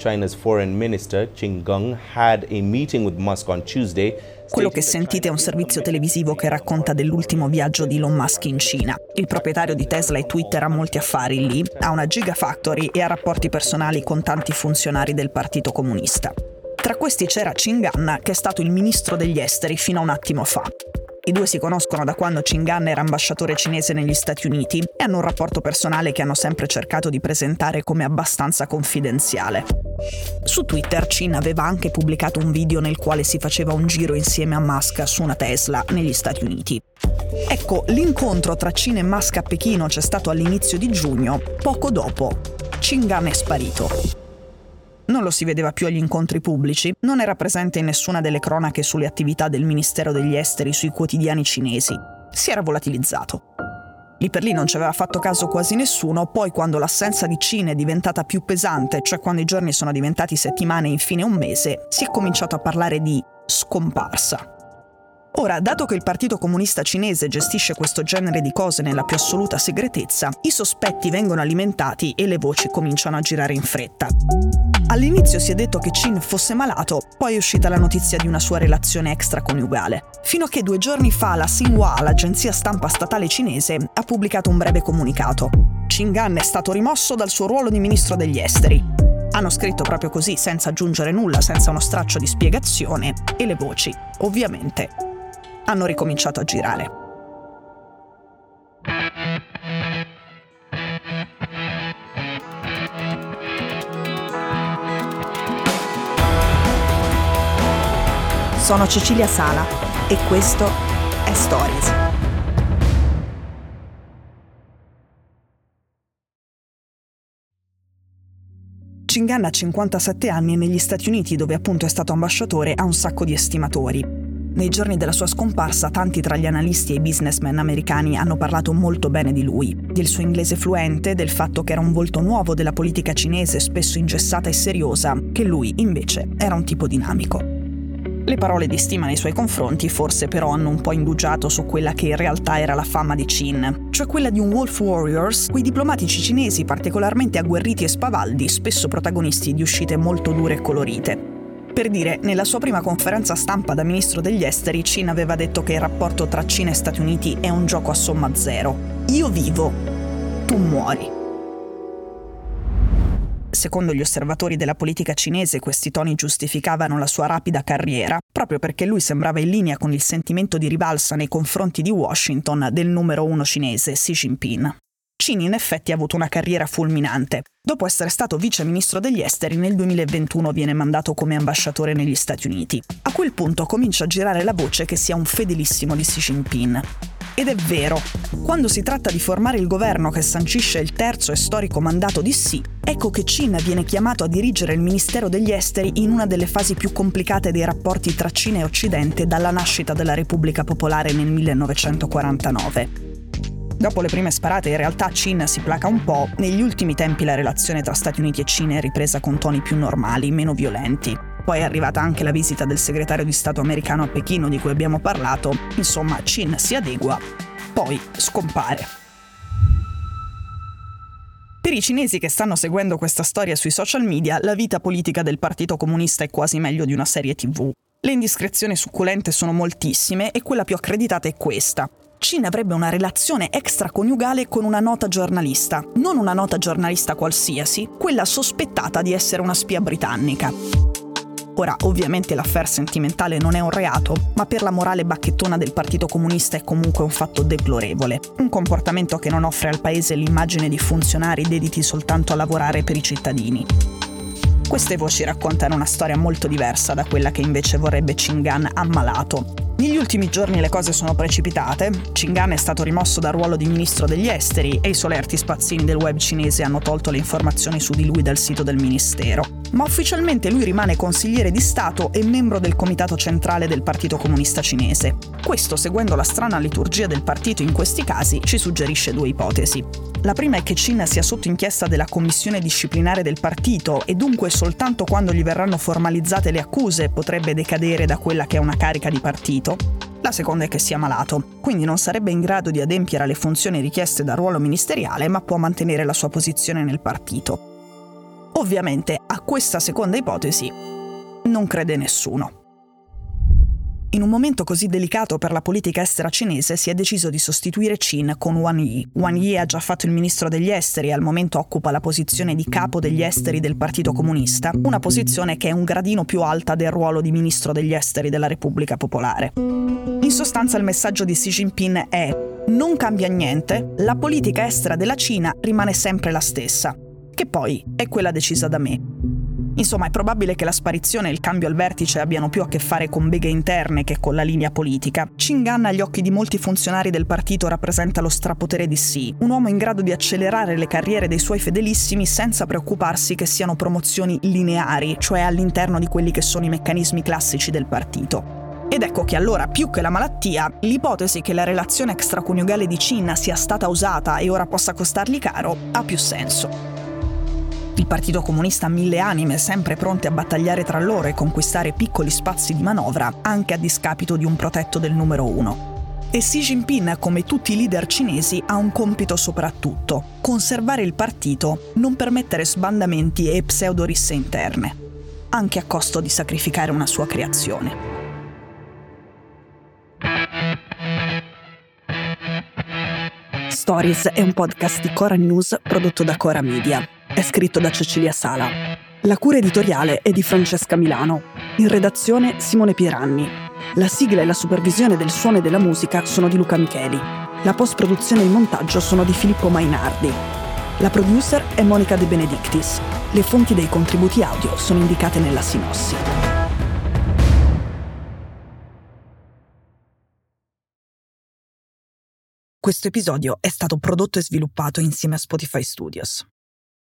China's foreign minister Qin Gang had a meeting with Musk on Tuesday. Quello che sentite è un servizio televisivo che racconta dell'ultimo viaggio di Elon Musk in Cina. Il proprietario di Tesla e Twitter ha molti affari lì, ha una gigafactory e ha rapporti personali con tanti funzionari del Partito Comunista. Tra questi c'era Qin Gang, che è stato il ministro degli esteri fino a un attimo fa. I due si conoscono da quando Qin Gang era ambasciatore cinese negli Stati Uniti e hanno un rapporto personale che hanno sempre cercato di presentare come abbastanza confidenziale. Su Twitter Qin aveva anche pubblicato un video nel quale si faceva un giro insieme a Musk su una Tesla negli Stati Uniti. Ecco, l'incontro tra Qin e Musk a Pechino c'è stato all'inizio di giugno. Poco dopo, Qin Gang è sparito. Non lo si vedeva più agli incontri pubblici, non era presente in nessuna delle cronache sulle attività del Ministero degli Esteri sui quotidiani cinesi. Si era volatilizzato. Lì per lì non ci aveva fatto caso quasi nessuno, poi quando l'assenza di Qin è diventata più pesante, cioè quando i giorni sono diventati settimane e infine un mese, si è cominciato a parlare di scomparsa. Ora, dato che il Partito Comunista Cinese gestisce questo genere di cose nella più assoluta segretezza, i sospetti vengono alimentati e le voci cominciano a girare in fretta. All'inizio si è detto che Qin fosse malato, poi è uscita la notizia di una sua relazione extraconiugale. Fino a che 2 giorni fa la Xinhua, l'agenzia stampa statale cinese, ha pubblicato un breve comunicato. Qin Gang è stato rimosso dal suo ruolo di ministro degli esteri. Hanno scritto proprio così, senza aggiungere nulla, senza uno straccio di spiegazione, e le voci, ovviamente, hanno ricominciato a girare. Sono Cecilia Sala e questo è Stories. Qin Gang ha 57 anni e negli Stati Uniti, dove appunto è stato ambasciatore, ha un sacco di estimatori. Nei giorni della sua scomparsa, tanti tra gli analisti e i businessmen americani hanno parlato molto bene di lui, del suo inglese fluente, del fatto che era un volto nuovo della politica cinese, spesso ingessata e seriosa, che lui, invece, era un tipo dinamico. Le parole di stima nei suoi confronti forse però hanno un po' indugiato su quella che in realtà era la fama di Qin, cioè quella di un wolf warriors, quei diplomatici cinesi particolarmente agguerriti e spavaldi, spesso protagonisti di uscite molto dure e colorite. Per dire, nella sua prima conferenza stampa da ministro degli esteri, Qin aveva detto che il rapporto tra Cina e Stati Uniti è un gioco a somma zero. Io vivo, tu muori. Secondo gli osservatori della politica cinese, questi toni giustificavano la sua rapida carriera, proprio perché lui sembrava in linea con il sentimento di rivalsa nei confronti di Washington del numero 1 cinese, Xi Jinping. Qin in effetti ha avuto una carriera fulminante. Dopo essere stato vice ministro degli esteri, nel 2021 viene mandato come ambasciatore negli Stati Uniti. A quel punto comincia a girare la voce che sia un fedelissimo di Xi Jinping. Ed è vero, quando si tratta di formare il governo che sancisce il terzo e storico mandato di Xi, ecco che Qin viene chiamato a dirigere il Ministero degli Esteri in una delle fasi più complicate dei rapporti tra Cina e Occidente dalla nascita della Repubblica Popolare nel 1949. Dopo le prime sparate, in realtà Qin si placa un po'. Negli ultimi tempi la relazione tra Stati Uniti e Cina è ripresa con toni più normali, meno violenti. Poi è arrivata anche la visita del segretario di Stato americano a Pechino di cui abbiamo parlato. Insomma, Qin si adegua, poi scompare. Per i cinesi che stanno seguendo questa storia sui social media, la vita politica del Partito Comunista è quasi meglio di una serie TV. Le indiscrezioni succulente sono moltissime e quella più accreditata è questa. Qin avrebbe una relazione extraconiugale con una nota giornalista, non una nota giornalista qualsiasi, quella sospettata di essere una spia britannica. Ora, ovviamente l'affaire sentimentale non è un reato, ma per la morale bacchettona del Partito Comunista è comunque un fatto deplorevole, un comportamento che non offre al paese l'immagine di funzionari dediti soltanto a lavorare per i cittadini. Queste voci raccontano una storia molto diversa da quella che invece vorrebbe Qin Gang ammalato. Negli ultimi giorni le cose sono precipitate. Qin Gang è stato rimosso dal ruolo di ministro degli esteri e i solerti spazzini del web cinese hanno tolto le informazioni su di lui dal sito del ministero. Ma ufficialmente lui rimane consigliere di Stato e membro del comitato centrale del Partito Comunista Cinese. Questo, seguendo la strana liturgia del partito in questi casi, ci suggerisce 2 ipotesi. La prima è che Qin sia sotto inchiesta della commissione disciplinare del partito e dunque soltanto quando gli verranno formalizzate le accuse potrebbe decadere da quella che è una carica di partito. La seconda è che sia malato, quindi non sarebbe in grado di adempiere alle funzioni richieste dal ruolo ministeriale, ma può mantenere la sua posizione nel partito. Ovviamente a questa seconda ipotesi non crede nessuno. In un momento così delicato per la politica estera cinese si è deciso di sostituire Qin con Wang Yi. Wang Yi ha già fatto il ministro degli esteri e al momento occupa la posizione di capo degli esteri del Partito Comunista, una posizione che è un gradino più alta del ruolo di ministro degli esteri della Repubblica Popolare. In sostanza il messaggio di Xi Jinping è: non cambia niente, la politica estera della Cina rimane sempre la stessa, che poi è quella decisa da me. Insomma, è probabile che la sparizione e il cambio al vertice abbiano più a che fare con beghe interne che con la linea politica. Qin Gang agli occhi di molti funzionari del partito rappresenta lo strapotere di Xi, un uomo in grado di accelerare le carriere dei suoi fedelissimi senza preoccuparsi che siano promozioni lineari, cioè all'interno di quelli che sono i meccanismi classici del partito. Ed ecco che allora, più che la malattia, l'ipotesi che la relazione extraconiugale di Qin sia stata usata e ora possa costargli caro ha più senso. Il Partito Comunista ha 1000 anime, sempre pronte a battagliare tra loro e conquistare piccoli spazi di manovra, anche a discapito di un protetto del numero 1. E Xi Jinping, come tutti i leader cinesi, ha un compito soprattutto: conservare il partito, non permettere sbandamenti e pseudorisse interne, anche a costo di sacrificare una sua creazione. Stories è un podcast di Cora News prodotto da Cora Media. È scritto da Cecilia Sala. La cura editoriale è di Francesca Milano. In redazione Simone Pieranni. La sigla e la supervisione del suono e della musica sono di Luca Micheli. La post-produzione e il montaggio sono di Filippo Mainardi. La producer è Monica De Benedictis. Le fonti dei contributi audio sono indicate nella sinossi. Questo episodio è stato prodotto e sviluppato insieme a Spotify Studios.